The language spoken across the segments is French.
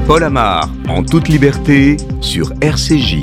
Paul Amar, en toute liberté, sur RCJ.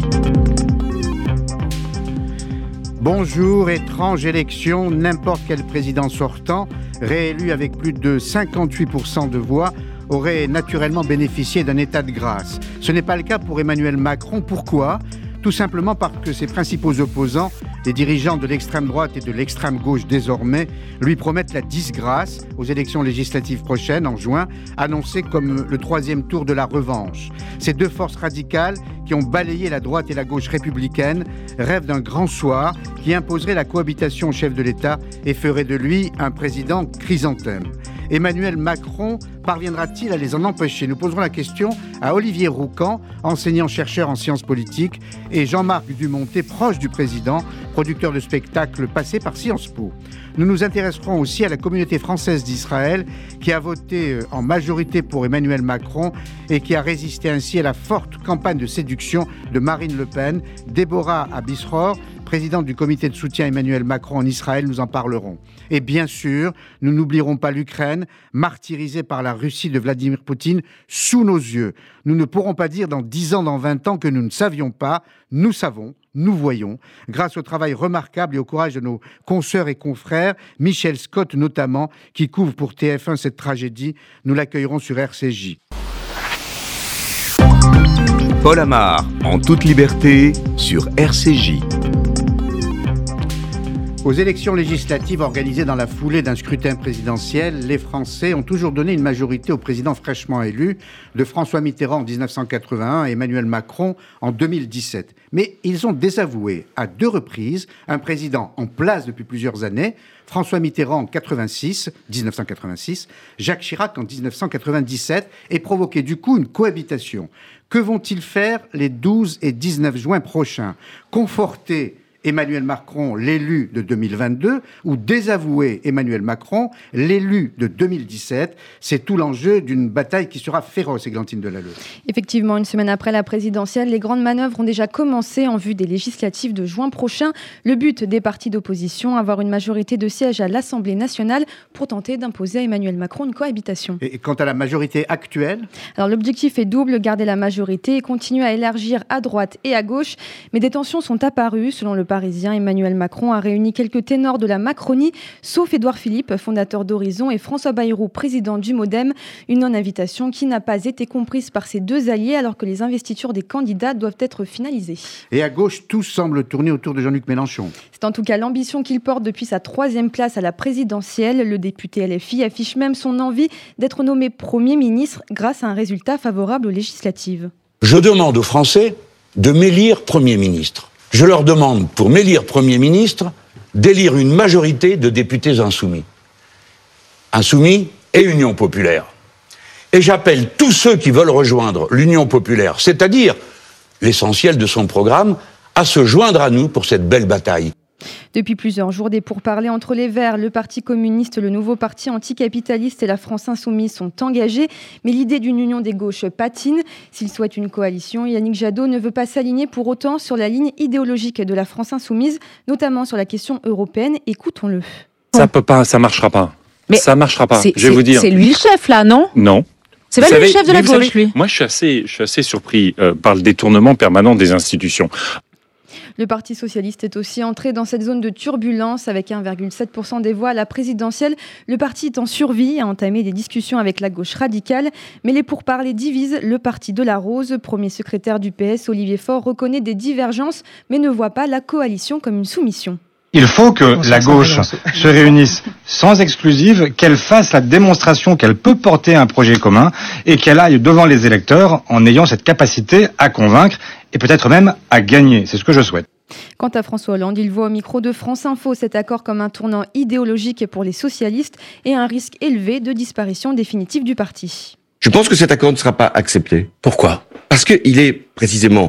Bonjour, étrange élection, n'importe quel président sortant, réélu avec plus de 58% de voix, aurait naturellement bénéficié d'un état de grâce. Ce n'est pas le cas pour Emmanuel Macron. Pourquoi ? Tout simplement parce que ses principaux opposants, les dirigeants de l'extrême droite et de l'extrême gauche désormais, lui promettent la disgrâce aux élections législatives prochaines en juin, annoncées comme le troisième tour de la revanche. Ces deux forces radicales qui ont balayé la droite et la gauche républicaine rêvent d'un grand soir qui imposerait la cohabitation au chef de l'État et ferait de lui un président chrysanthème. Emmanuel Macron parviendra-t-il à les en empêcher ? Nous poserons la question à Olivier Roucan, enseignant-chercheur en sciences politiques, et Jean-Marc Dumonté, proche du président, producteur de spectacles passé par Sciences Po. Nous nous intéresserons aussi à la communauté française d'Israël qui a voté en majorité pour Emmanuel Macron et qui a résisté ainsi à la forte campagne de séduction de Marine Le Pen. Déborah Abisror, présidente du comité de soutien à Emmanuel Macron en Israël, nous en parlerons. Et bien sûr, nous n'oublierons pas l'Ukraine, martyrisée par la Russie de Vladimir Poutine, sous nos yeux. Nous ne pourrons pas dire dans 10 ans, dans 20 ans que nous ne savions pas. Nous savons, nous voyons, grâce au travail remarquable et au courage de nos consoeurs et confrères, Michel Scott notamment, qui couvre pour TF1 cette tragédie. Nous l'accueillerons sur RCJ. Paul Amar, en toute liberté, sur RCJ. Aux élections législatives organisées dans la foulée d'un scrutin présidentiel, les Français ont toujours donné une majorité au président fraîchement élu, de François Mitterrand en 1981 à Emmanuel Macron en 2017. Mais ils ont désavoué à 2 reprises un président en place depuis plusieurs années, François Mitterrand en 1986, Jacques Chirac en 1997, et provoqué du coup une cohabitation. Que vont-ils faire les 12 et 19 juin prochains ? Conforter Emmanuel Macron, l'élu de 2022, ou désavouer Emmanuel Macron, l'élu de 2017. C'est tout l'enjeu d'une bataille qui sera féroce, Églantine Delalleux. Effectivement, une semaine après la présidentielle, les grandes manœuvres ont déjà commencé en vue des législatives de juin prochain. Le but des partis d'opposition, avoir une majorité de sièges à l'Assemblée nationale pour tenter d'imposer à Emmanuel Macron une cohabitation. Et quant à la majorité actuelle ? Alors l'objectif est double, garder la majorité et continuer à élargir à droite et à gauche. Mais des tensions sont apparues, selon le Parisien. Emmanuel Macron a réuni quelques ténors de la Macronie, sauf Édouard Philippe, fondateur d'Horizon, et François Bayrou, président du MoDem. Une non-invitation qui n'a pas été comprise par ces deux alliés alors que les investitures des candidats doivent être finalisées. Et à gauche, tout semble tourner autour de Jean-Luc Mélenchon. C'est en tout cas l'ambition qu'il porte depuis sa 3e place à la présidentielle. Le député LFI affiche même son envie d'être nommé Premier ministre grâce à un résultat favorable aux législatives. Je demande aux Français de m'élire Premier ministre. Je leur demande, pour m'élire Premier ministre, d'élire une majorité de députés insoumis. Insoumis et Union populaire. Et j'appelle tous ceux qui veulent rejoindre l'Union populaire, c'est-à-dire l'essentiel de son programme, à se joindre à nous pour cette belle bataille. Depuis plusieurs jours, des pourparlers entre les Verts, le Parti communiste, le nouveau parti anticapitaliste et la France insoumise sont engagés. Mais l'idée d'une union des gauches patine. S'il souhaite une coalition, Yannick Jadot ne veut pas s'aligner pour autant sur la ligne idéologique de la France insoumise, notamment sur la question européenne. Écoutons-le. Ça marchera pas. Mais ça marchera pas. Je vais vous dire. C'est lui le chef là, non ? Non. C'est pas lui le chef de la gauche, lui. Moi, je suis assez surpris par le détournement permanent des institutions. Le Parti socialiste est aussi entré dans cette zone de turbulence avec 1,7% des voix à la présidentielle. Le parti est en survie, a entamé des discussions avec la gauche radicale. Mais les pourparlers divisent le parti de la Rose. Premier secrétaire du PS, Olivier Faure, reconnaît des divergences, mais ne voit pas la coalition comme une soumission. Il faut que la gauche se réunisse sans exclusive, qu'elle fasse la démonstration qu'elle peut porter un projet commun et qu'elle aille devant les électeurs en ayant cette capacité à convaincre et peut-être même à gagner. C'est ce que je souhaite. Quant à François Hollande, il voit au micro de France Info cet accord comme un tournant idéologique pour les socialistes et un risque élevé de disparition définitive du parti. Je pense que cet accord ne sera pas accepté. Pourquoi ? Parce qu'il est précisément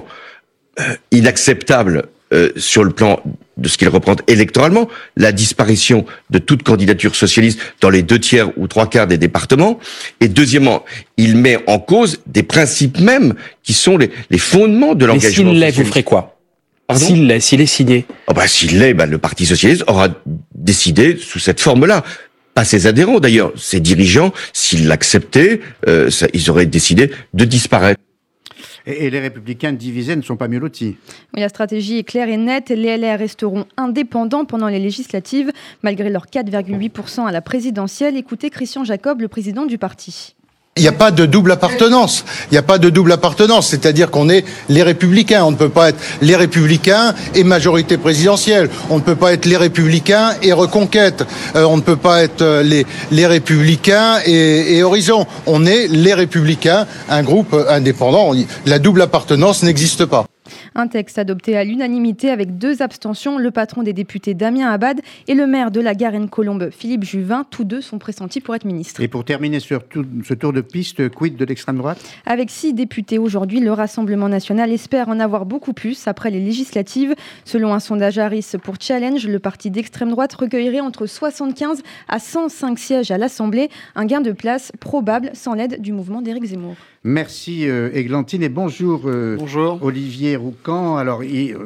inacceptable sur le plan de ce qu'il représente électoralement, la disparition de toute candidature socialiste dans les 2/3 ou 3/4 des départements. Et deuxièmement, il met en cause des principes mêmes qui sont les fondements de l'engagement socialiste. Mais s'il l'est, vous ferez quoi ? S'il est signé. S'il l'est, le Parti socialiste aura décidé sous cette forme-là. pas ses adhérents d'ailleurs, ses dirigeants, s'ils l'acceptaient, ils auraient décidé de disparaître. Et les Républicains divisés ne sont pas mieux lotis. Oui, la stratégie est claire et nette. Les LR resteront indépendants pendant les législatives, malgré leurs 4,8% à la présidentielle. Écoutez Christian Jacob, le président du parti. Il n'y a pas de double appartenance. C'est-à-dire qu'on est les Républicains. On ne peut pas être les Républicains et majorité présidentielle. On ne peut pas être les Républicains et Reconquête. On ne peut pas être les Républicains et Horizon. On est les Républicains, un groupe indépendant. La double appartenance n'existe pas. Un texte adopté à l'unanimité avec 2 abstentions. Le patron des députés Damien Abad et le maire de la Garenne-Colombes Philippe Juvin, tous 2 sont pressentis pour être ministres. Et pour terminer sur ce tour de piste, quid de l'extrême droite ? Avec 6 députés aujourd'hui, le Rassemblement national espère en avoir beaucoup plus après les législatives. Selon un sondage Harris pour Challenge, le parti d'extrême droite recueillerait entre 75 à 105 sièges à l'Assemblée. Un gain de place probable sans l'aide du mouvement d'Éric Zemmour. Merci Églantine et bonjour, bonjour. Olivier Roucan. Alors,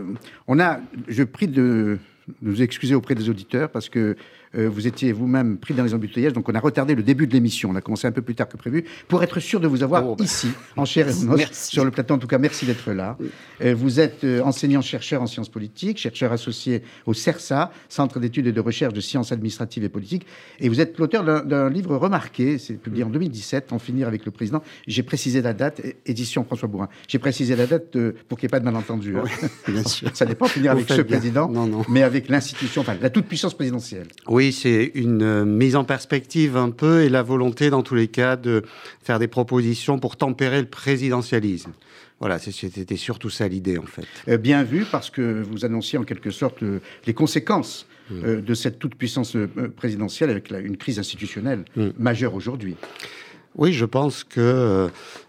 je prie de nous excuser auprès des auditeurs parce que vous étiez vous-même pris dans les embouteillages, donc on a retardé le début de l'émission. On a commencé un peu plus tard que prévu pour être sûr de vous avoir ici, en chair et en os, sur le plateau. En tout cas, merci d'être là. Vous êtes enseignant-chercheur en sciences politiques, chercheur associé au CERSA, Centre d'études et de recherche de sciences administratives et politiques, et vous êtes l'auteur d'un livre remarqué, c'est publié en 2017, En finir avec le président. J'ai précisé la date, édition François Bourrin. J'ai précisé la date pour qu'il n'y ait pas de malentendu. Oui, bien sûr. Ça n'est pas en finir avec ce président, non. mais avec l'institution, enfin la toute-puissance présidentielle. Oui, c'est une mise en perspective un peu et la volonté, dans tous les cas, de faire des propositions pour tempérer le présidentialisme. Voilà, c'était surtout ça l'idée, en fait. Bien vu, parce que vous annonciez en quelque sorte les conséquences de cette toute-puissance présidentielle avec une crise institutionnelle majeure aujourd'hui. Oui, je pense que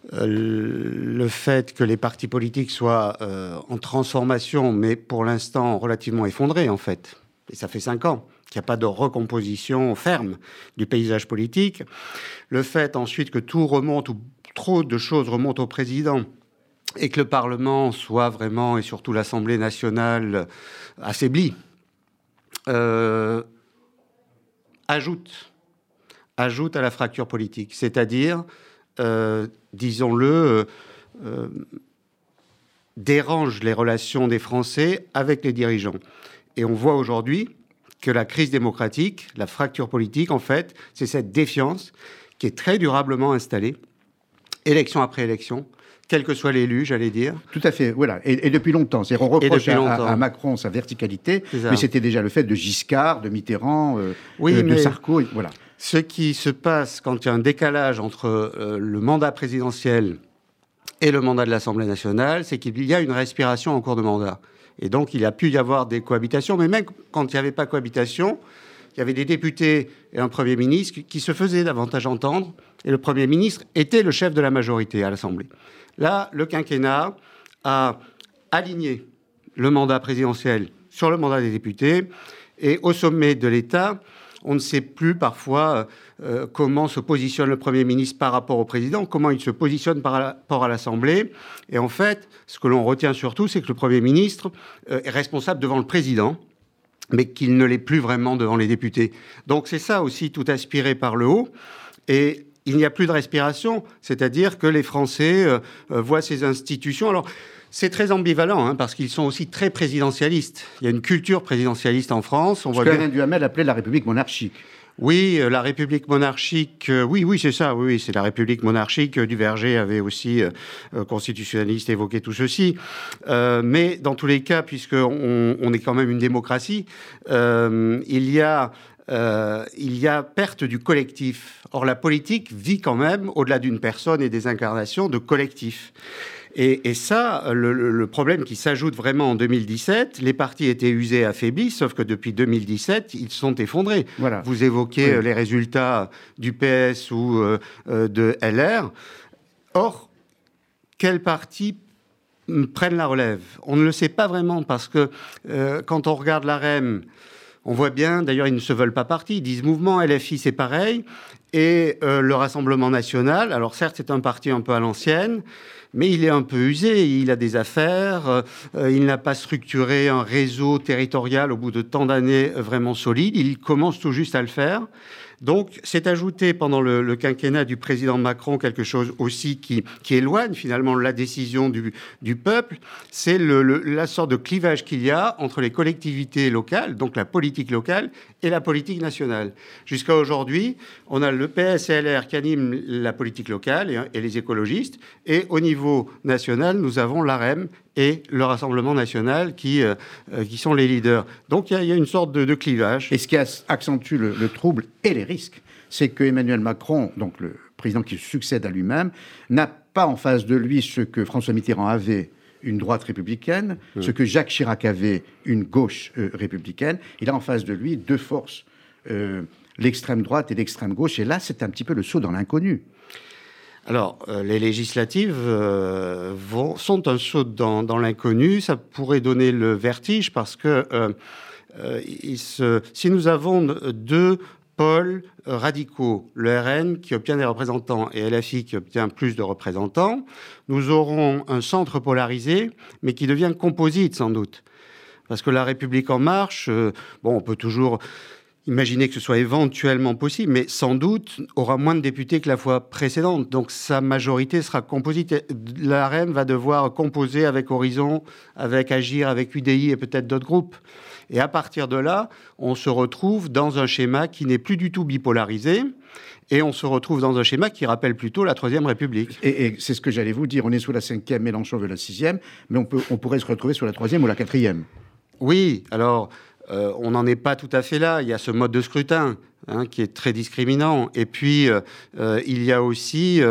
le fait que les partis politiques soient en transformation, mais pour l'instant relativement effondrés, en fait, et ça fait 5 ans, qu'il n'y a pas de recomposition ferme du paysage politique. Le fait ensuite que tout remonte, ou trop de choses remontent au président, et que le Parlement soit vraiment, et surtout l'Assemblée nationale, affaibli, ajoute à la fracture politique. C'est-à-dire, disons-le, dérange les relations des Français avec les dirigeants. Et on voit aujourd'hui que la crise démocratique, la fracture politique, en fait, c'est cette défiance qui est très durablement installée, élection après élection, quel que soit l'élu, j'allais dire. Tout à fait, voilà. Et depuis longtemps. C'est-à-dire, on reproche à Macron sa verticalité, mais c'était déjà le fait de Giscard, de Mitterrand, de Sarko, voilà. Ce qui se passe quand il y a un décalage entre le mandat présidentiel et le mandat de l'Assemblée nationale, c'est qu'il y a une respiration en cours de mandat. Et donc, il a pu y avoir des cohabitations, mais même quand il n'y avait pas cohabitation, il y avait des députés et un Premier ministre qui se faisaient davantage entendre, et le Premier ministre était le chef de la majorité à l'Assemblée. Là, le quinquennat a aligné le mandat présidentiel sur le mandat des députés, et au sommet de l'État, on ne sait plus parfois comment se positionne le Premier ministre par rapport au président, comment il se positionne par rapport à l'Assemblée. Et en fait, ce que l'on retient surtout, c'est que le Premier ministre est responsable devant le président, mais qu'il ne l'est plus vraiment devant les députés. Donc c'est ça aussi, tout aspiré par le haut. Et il n'y a plus de respiration, c'est-à-dire que les Français voient ces institutions... Alors, c'est très ambivalent, parce qu'ils sont aussi très présidentialistes. Il y a une culture présidentialiste en France. Ce qu'Alain Duhamel appelait la République monarchique. Oui, la République monarchique, oui, c'est ça, oui, c'est la République monarchique. Duverger avait aussi, constitutionnaliste, évoqué tout ceci. Mais dans tous les cas, puisqu'on est quand même une démocratie, il y a perte du collectif. Or, la politique vit quand même, au-delà d'une personne et des incarnations, de collectif. Et ça, le problème qui s'ajoute vraiment en 2017, les partis étaient usés, affaiblis, sauf que depuis 2017, ils sont effondrés. Voilà. Vous évoquez les résultats du PS ou de LR. Or, quels partis prennent la relève ? On ne le sait pas vraiment, parce que quand on regarde l'AREM, on voit bien, d'ailleurs, ils ne se veulent pas partis, ils disent mouvement LFI, c'est pareil, et le Rassemblement national, alors certes, c'est un parti un peu à l'ancienne, mais il est un peu usé, il a des affaires, il n'a pas structuré un réseau territorial au bout de tant d'années vraiment solide, il commence tout juste à le faire. Donc, c'est ajouté pendant le quinquennat du président Macron quelque chose aussi qui éloigne finalement la décision du peuple. C'est la sorte de clivage qu'il y a entre les collectivités locales, donc la politique locale, et la politique nationale. Jusqu'à aujourd'hui, on a le PS et LR qui animent la politique locale et les écologistes. Et au niveau national, nous avons l'AREM et le Rassemblement national qui sont les leaders. Donc il y a une sorte de clivage. Et ce qui accentue le trouble et les risques, c'est que Emmanuel Macron, donc le président qui succède à lui-même, n'a pas en face de lui ce que François Mitterrand avait, une droite républicaine, ce que Jacques Chirac avait, une gauche républicaine. Il a en face de lui deux forces, l'extrême droite et l'extrême gauche. Et là, c'est un petit peu le saut dans l'inconnu. Alors, les législatives sont un saut dans l'inconnu. Ça pourrait donner le vertige parce que si nous avons deux pôles radicaux, le RN qui obtient des représentants et LFI qui obtient plus de représentants, nous aurons un centre polarisé, mais qui devient composite sans doute. Parce que la République en marche, on peut toujours imaginer que ce soit éventuellement possible, mais sans doute aura moins de députés que la fois précédente. Donc sa majorité sera composite. L'AREM va devoir composer avec Horizon, avec Agir, avec UDI et peut-être d'autres groupes. Et à partir de là, on se retrouve dans un schéma qui n'est plus du tout bipolarisé. Et on se retrouve dans un schéma qui rappelle plutôt la Troisième République. Et c'est ce que j'allais vous dire. On est sous la 5e, Mélenchon veut la 6e, mais on pourrait se retrouver sur la 3e ou la 4e. Oui, alors on n'en est pas tout à fait là. Il y a ce mode de scrutin qui est très discriminant. Et puis, il y a aussi,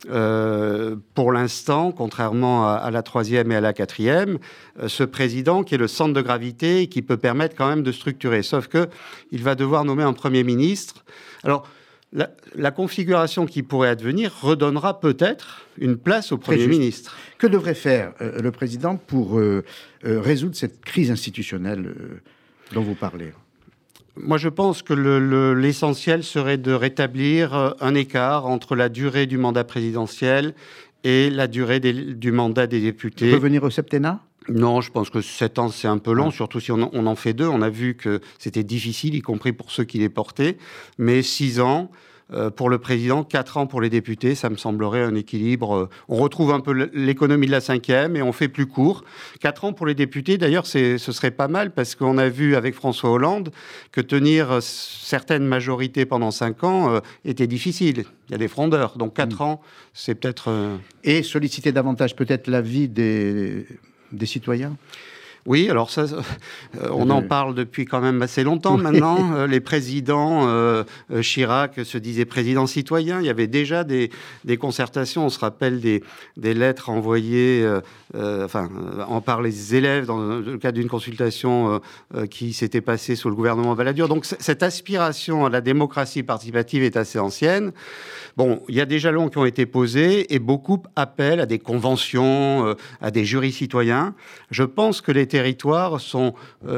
pour l'instant, contrairement à la 3e et à la 4e, ce président qui est le centre de gravité et qui peut permettre quand même de structurer. Sauf qu'il va devoir nommer un Premier ministre. Alors, la configuration qui pourrait advenir redonnera peut-être une place au Premier ministre. Que devrait faire le président pour résoudre cette crise institutionnelle dont vous parlez ? Moi, je pense que l'essentiel serait de rétablir un écart entre la durée du mandat présidentiel et la durée du mandat des députés. Revenir au septennat ? Non, je pense que 7 ans, c'est un peu long, surtout si on en fait 2. On a vu que c'était difficile, y compris pour ceux qui les portaient. Mais 6 ans pour le président, 4 ans pour les députés, ça me semblerait un équilibre. On retrouve un peu l'économie de la 5e et on fait plus court. 4 ans pour les députés, d'ailleurs, ce serait pas mal parce qu'on a vu avec François Hollande que tenir certaines majorités pendant 5 ans était difficile. Il y a des frondeurs. Donc 4 ans, c'est peut-être... Et solliciter davantage peut-être l'avis des citoyens ? Oui, alors ça, on en parle depuis quand même assez longtemps maintenant. Les présidents, Chirac se disait président citoyen. Il y avait déjà des concertations. On se rappelle des lettres envoyées par les élèves dans le cadre d'une consultation qui s'était passée sous le gouvernement Balladur. Donc cette aspiration à la démocratie participative est assez ancienne. Bon, il y a des jalons qui ont été posés et beaucoup appellent à des conventions, à des jurys citoyens. Je pense que les territoires sont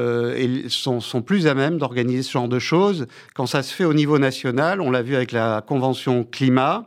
plus à même d'organiser ce genre de choses quand ça se fait au niveau national. On l'a vu avec la Convention climat.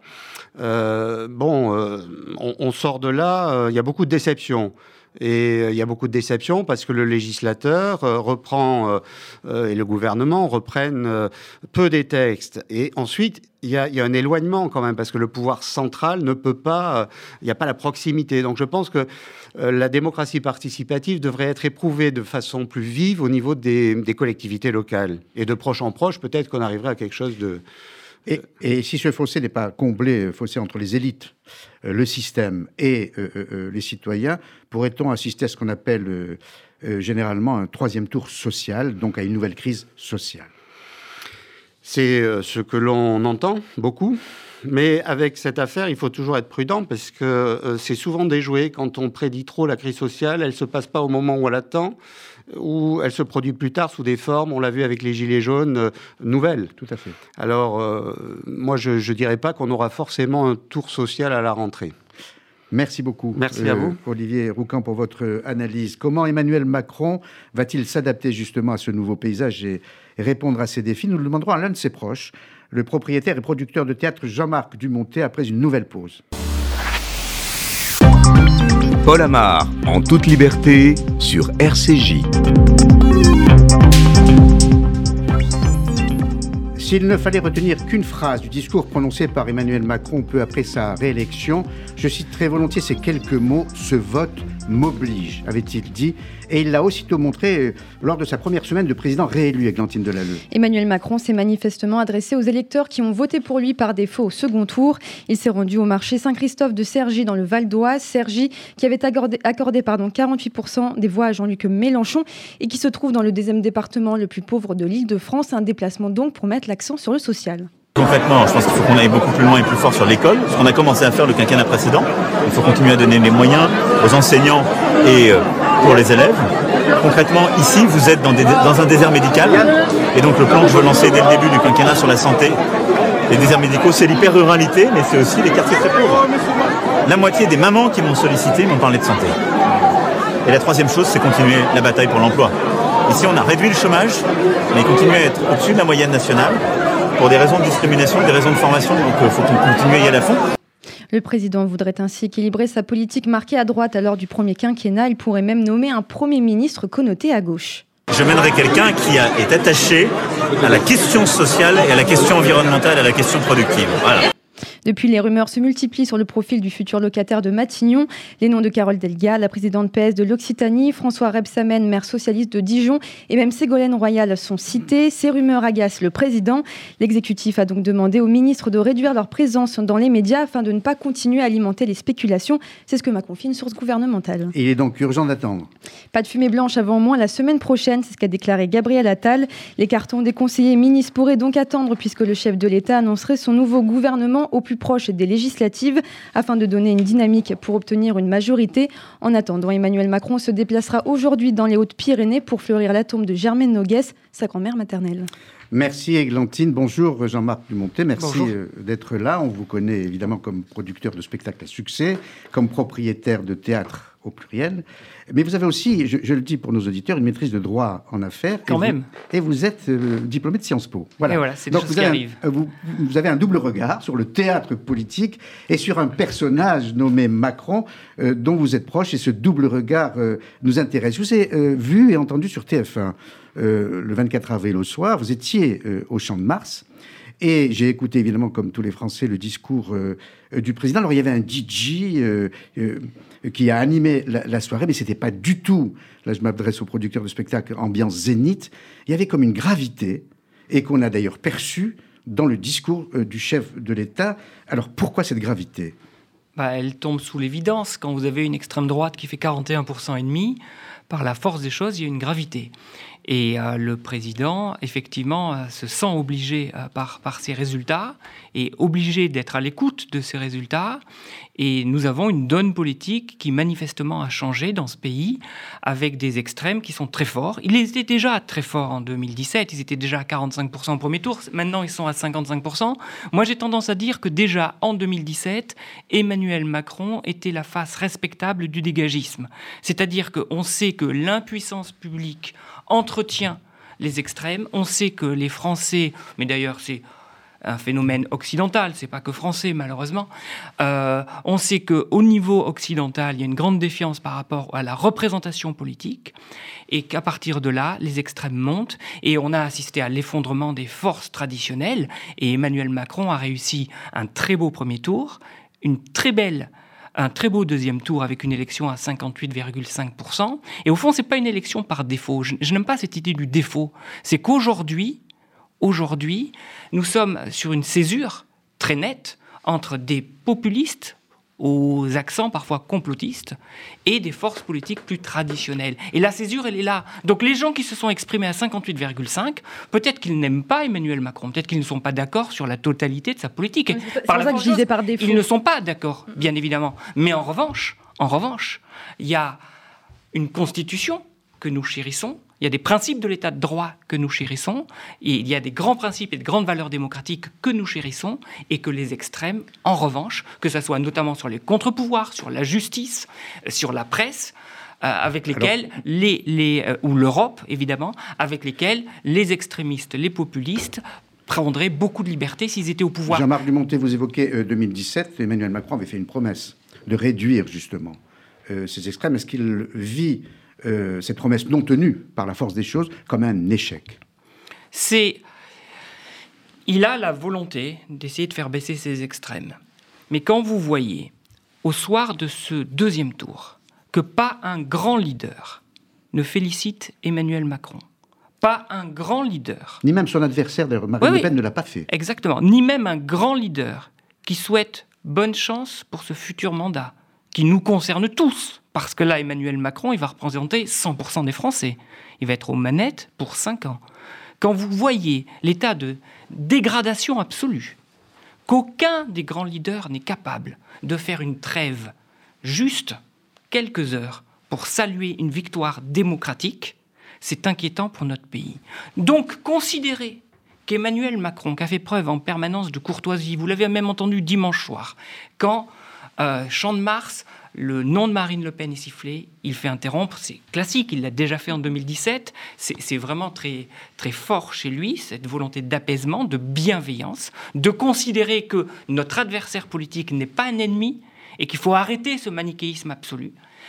On sort de là, il y a beaucoup de déceptions. Et il y a beaucoup de déceptions parce que le législateur reprend et le gouvernement reprennent peu des textes. Et ensuite, il y a un éloignement quand même parce que le pouvoir central ne peut pas... il n'y a pas la proximité. Donc je pense que la démocratie participative devrait être éprouvée de façon plus vive au niveau des collectivités locales. Et de proche en proche, peut-être qu'on arriverait à quelque chose de... Et si ce fossé n'est pas comblé, fossé entre les élites, le système et les citoyens, pourrait-on assister à ce qu'on appelle généralement un troisième tour social, donc à une nouvelle crise sociale ? C'est ce que l'on entend beaucoup. Mais avec cette affaire, il faut toujours être prudent parce que c'est souvent déjoué. Quand on prédit trop la crise sociale, elle ne se passe pas au moment où on l'attend, ou elle se produit plus tard sous des formes, on l'a vu avec les Gilets jaunes, nouvelles. Tout à fait. Alors, moi, je ne dirais pas qu'on aura forcément un tour social à la rentrée. Merci beaucoup. Merci à vous. Olivier Roucan, pour votre analyse. Comment Emmanuel Macron va-t-il s'adapter justement à ce nouveau paysage et répondre à ces défis ? Nous le demanderons à l'un de ses proches, le propriétaire et producteur de théâtre Jean-Marc Dumontet, après une nouvelle pause. Paul Amar, en toute liberté, sur RCJ. S'il ne fallait retenir qu'une phrase du discours prononcé par Emmanuel Macron peu après sa réélection, je citerai volontiers ces quelques mots: « Ce vote m'oblige », avait-il dit. Et il l'a aussitôt montré lors de sa première semaine de président réélu, Églantine Delalleux. Emmanuel Macron s'est manifestement adressé aux électeurs qui ont voté pour lui par défaut au second tour. Il s'est rendu au marché Saint-Christophe de Cergy dans le Val d'Oise. Cergy qui avait accordé 48% des voix à Jean-Luc Mélenchon et qui se trouve dans le 2e département le plus pauvre de l'Île-de-France. Un déplacement donc pour mettre l'accent sur le social. Concrètement, je pense qu'il faut qu'on aille beaucoup plus loin et plus fort sur l'école, ce qu'on a commencé à faire le quinquennat précédent. Il faut continuer à donner les moyens aux enseignants et pour les élèves. Concrètement, ici, vous êtes dans un désert médical. Et donc le plan que je veux lancer dès le début du quinquennat sur la santé, les déserts médicaux, c'est l'hyper-ruralité, mais c'est aussi les quartiers très pauvres. La moitié des mamans qui m'ont sollicité m'ont parlé de santé. Et la troisième chose, c'est continuer la bataille pour l'emploi. Ici, on a réduit le chômage, mais continue à être au-dessus de la moyenne nationale pour des raisons de discrimination, des raisons de formation. Donc il faut qu'on continue à y aller à fond. Le président voudrait ainsi équilibrer sa politique marquée à droite à l'heure du premier quinquennat. Il pourrait même nommer un Premier ministre connoté à gauche. Je mènerai quelqu'un qui est attaché à la question sociale et à la question environnementale et à la question productive. Voilà. Depuis, les rumeurs se multiplient sur le profil du futur locataire de Matignon. Les noms de Carole Delga, la présidente PS de l'Occitanie, François Rebsamen, maire socialiste de Dijon, et même Ségolène Royal sont cités. Ces rumeurs agacent le président. L'exécutif a donc demandé aux ministres de réduire leur présence dans les médias afin de ne pas continuer à alimenter les spéculations. C'est ce que m'a confié une source gouvernementale. Il est donc urgent d'attendre. Pas de fumée blanche avant au moins la semaine prochaine, c'est ce qu'a déclaré Gabriel Attal. Les cartons des conseillers ministres pourraient donc attendre puisque le chef de l'État annoncerait son nouveau gouvernement au plus proche des législatives afin de donner une dynamique pour obtenir une majorité. En attendant, Emmanuel Macron se déplacera aujourd'hui dans les Hautes-Pyrénées pour fleurir la tombe de Germaine Noguès, sa grand-mère maternelle. Merci Églantine. Bonjour Jean-Marc Dumontet. Merci d'être là. On vous connaît évidemment comme producteur de spectacles à succès, comme propriétaire de théâtre au pluriel. Mais vous avez aussi, je le dis pour nos auditeurs, une maîtrise de droit en affaires. Et vous êtes diplômé de Sciences Po. Voilà. Et voilà, c'est des choses qui arrivent. Vous avez un double regard sur le théâtre politique et sur un personnage nommé Macron dont vous êtes proche. Et ce double regard nous intéresse. Je vous ai vu et entendu sur TF1 le 24 avril au soir. Vous étiez au Champ de Mars. Et j'ai écouté, évidemment, comme tous les Français, le discours du président. Alors, il y avait un DJ qui a animé la soirée, mais ce n'était pas du tout, là je m'adresse aux producteurs de spectacles, ambiance zénith. Il y avait comme une gravité, et qu'on a d'ailleurs perçue dans le discours du chef de l'État. Alors, pourquoi cette gravité ? Elle tombe sous l'évidence. Quand vous avez une extrême droite qui fait 41% et demi, par la force des choses, il y a une gravité. Et le président, effectivement, se sent obligé par ces résultats et obligé d'être à l'écoute de ces résultats. Et nous avons une donne politique qui manifestement a changé dans ce pays avec des extrêmes qui sont très forts. Ils étaient déjà très forts en 2017, ils étaient déjà à 45% au premier tour. Maintenant, ils sont à 55%. Moi, j'ai tendance à dire que déjà en 2017, Emmanuel Macron était la face respectable du dégagisme. C'est-à-dire qu'on sait que l'impuissance publique entretient les extrêmes. On sait que les Français, mais d'ailleurs c'est un phénomène occidental, c'est pas que français malheureusement, on sait qu'au niveau occidental, il y a une grande défiance par rapport à la représentation politique et qu'à partir de là, les extrêmes montent et on a assisté à l'effondrement des forces traditionnelles et Emmanuel Macron a réussi un très beau premier tour, un très beau deuxième tour avec une élection à 58,5%. Et au fond, c'est pas une élection par défaut. Je n'aime pas cette idée du défaut. C'est qu'aujourd'hui, nous sommes sur une césure très nette entre des populistes aux accents parfois complotistes et des forces politiques plus traditionnelles. Et la césure, elle est là. Donc les gens qui se sont exprimés à 58,5, peut-être qu'ils n'aiment pas Emmanuel Macron, peut-être qu'ils ne sont pas d'accord sur la totalité de sa politique. C'est pour ça que je disais par défaut. Ils ne sont pas d'accord, bien évidemment. Mais en revanche, il y a une constitution que nous chérissons, il y a des principes de l'état de droit que nous chérissons, et il y a des grands principes et de grandes valeurs démocratiques que nous chérissons, et que les extrêmes, en revanche, que ce soit notamment sur les contre-pouvoirs, sur la justice, sur la presse, avec lesquels ou l'Europe, évidemment, avec lesquels les extrémistes, les populistes prendraient beaucoup de liberté s'ils étaient au pouvoir. Jean-Marc Dumontet, vous évoquez 2017, Emmanuel Macron avait fait une promesse de réduire justement ces extrêmes. Est-ce qu'il vit cette promesse non tenue par la force des choses comme un échec? il a la volonté d'essayer de faire baisser ces extrêmes. Mais quand vous voyez, au soir de ce deuxième tour, que pas un grand leader ne félicite Emmanuel Macron, pas un grand leader... Ni même son adversaire, d'ailleurs, Marine Le Pen ne l'a pas fait. Exactement. Ni même un grand leader qui souhaite bonne chance pour ce futur mandat, qui nous concerne tous. Parce que là, Emmanuel Macron, il va représenter 100% des Français. Il va être aux manettes pour 5 ans. Quand vous voyez l'état de dégradation absolue, qu'aucun des grands leaders n'est capable de faire une trêve juste quelques heures pour saluer une victoire démocratique, c'est inquiétant pour notre pays. Donc, considérer qu'Emmanuel Macron, qui a fait preuve en permanence de courtoisie, vous l'avez même entendu dimanche soir, quand Champ de Mars, le nom de Marine Le Pen est sifflé, il fait interrompre, c'est classique, il l'a déjà fait en 2017, c'est vraiment très, très fort chez lui, cette volonté d'apaisement, de bienveillance, de considérer que notre adversaire politique n'est pas un ennemi et qu'il faut arrêter ce manichéisme absolu.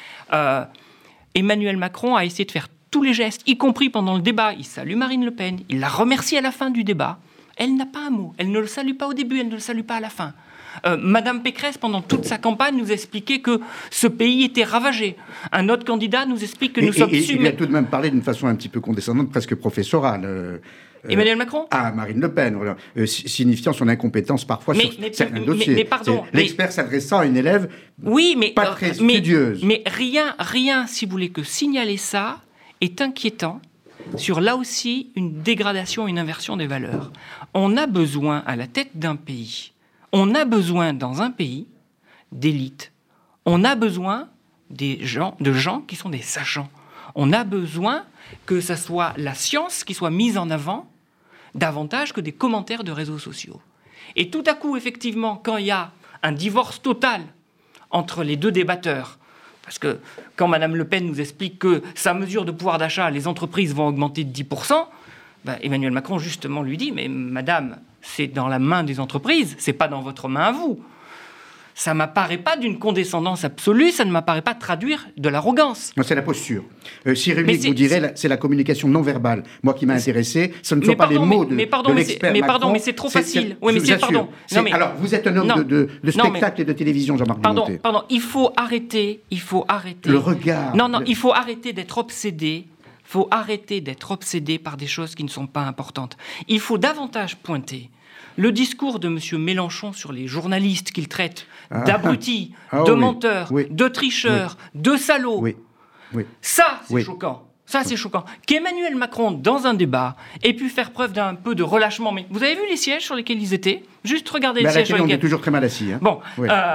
Emmanuel Macron a essayé de faire tous les gestes, y compris pendant le débat. Il salue Marine Le Pen, il la remercie à la fin du débat. Elle n'a pas un mot, elle ne le salue pas au début, elle ne le salue pas à la fin. Madame Pécresse, pendant toute sa campagne, nous expliquait que ce pays était ravagé. Un autre candidat nous explique que nous sommes il a tout de même parlé d'une façon un petit peu condescendante, presque professorale. Emmanuel Macron ? À Marine Le Pen, voilà, signifiant son incompétence parfois sur certains dossiers. Mais pardon, l'expert s'adressant à une élève pas très studieuse. Mais rien, si vous voulez, que signaler ça est inquiétant sur, là aussi, une dégradation, une inversion des valeurs. On a besoin, à la tête d'un pays, on a besoin, dans un pays, d'élites. On a besoin de gens qui sont des sachants. On a besoin que ça soit la science qui soit mise en avant davantage que des commentaires de réseaux sociaux. Et tout à coup, effectivement, quand il y a un divorce total entre les deux débatteurs, parce que quand Mme Le Pen nous explique que sa mesure de pouvoir d'achat, les entreprises vont augmenter de 10%, Emmanuel Macron, justement, lui dit « Mais madame, c'est dans la main des entreprises, c'est pas dans votre main à vous. » Ça ne m'apparaît pas d'une condescendance absolue, ça ne m'apparaît pas traduire de l'arrogance. Non, c'est la posture. Cyril vous dirait, c'est la communication non verbale. Moi qui m'a intéressé, ce ne sont pas les mots de l'expert Macron. Mais c'est trop facile. Alors, vous êtes un homme de spectacle et de télévision, Jean-Marc Dumonté. Pardon, il faut arrêter. Le regard. Il faut arrêter d'être obsédé. Il faut arrêter d'être obsédé par des choses qui ne sont pas importantes. Il faut davantage pointer le discours de M. Mélenchon sur les journalistes qu'il traite d'abrutis, de menteurs, de tricheurs, de salauds. Ça, c'est choquant. Ça, c'est choquant. Qu'Emmanuel Macron, dans un débat, ait pu faire preuve d'un peu de relâchement. Mais vous avez vu les sièges sur lesquels ils étaient ? Juste regardez les sièges sur lesquels... on est toujours très mal assis. Hein. Bon,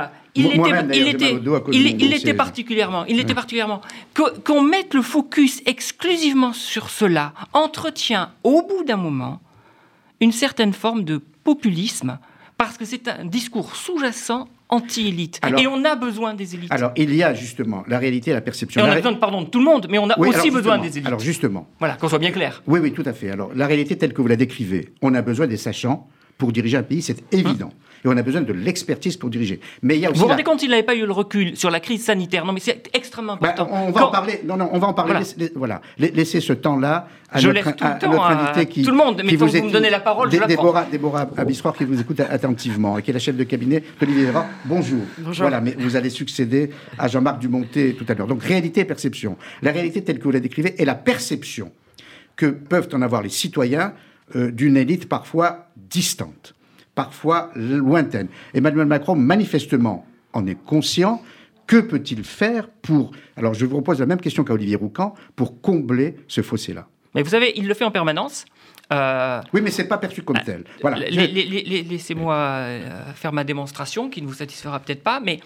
il était particulièrement... Qu'on mette le focus exclusivement sur cela entretient, au bout d'un moment, une certaine forme de populisme, parce que c'est un discours sous-jacent anti-élite. Et on a besoin des élites. Alors, il y a justement la réalité et la perception. Et on a besoin de tout le monde, mais on a aussi besoin des élites. Alors, justement. Voilà, qu'on soit bien clair. Oui, tout à fait. Alors, la réalité telle que vous la décrivez, on a besoin des sachants pour diriger un pays, c'est évident. Et on a besoin de l'expertise pour diriger. Mais il y a aussi vous vous rendez compte qu'il n'avait pas eu le recul sur la crise sanitaire ? Non, mais c'est extrêmement important. On va en parler. Non, on va en parler. Voilà. Laissez ce temps-là à notre invité qui... Tout le monde, mais quand vous me donnez la parole, je la prends. Déborah Abisroir qui vous écoute attentivement et qui est la chef de cabinet d'Olivier Véran. Bonjour. Bonjour. Voilà, mais vous allez succéder à Jean-Marc Dumonté tout à l'heure. Donc, réalité et perception. La réalité telle que vous la décrivez est la perception que peuvent en avoir les citoyens d'une élite parfois distante, parfois lointaine. Emmanuel Macron, manifestement, en est conscient. Que peut-il faire pour... Alors, je vous repose la même question qu'à Olivier Roucan, pour combler ce fossé-là. Mais vous savez, il le fait en permanence. Oui, mais ce n'est pas perçu comme tel. Voilà. Laissez-moi faire ma démonstration, qui ne vous satisfera peut-être pas, mais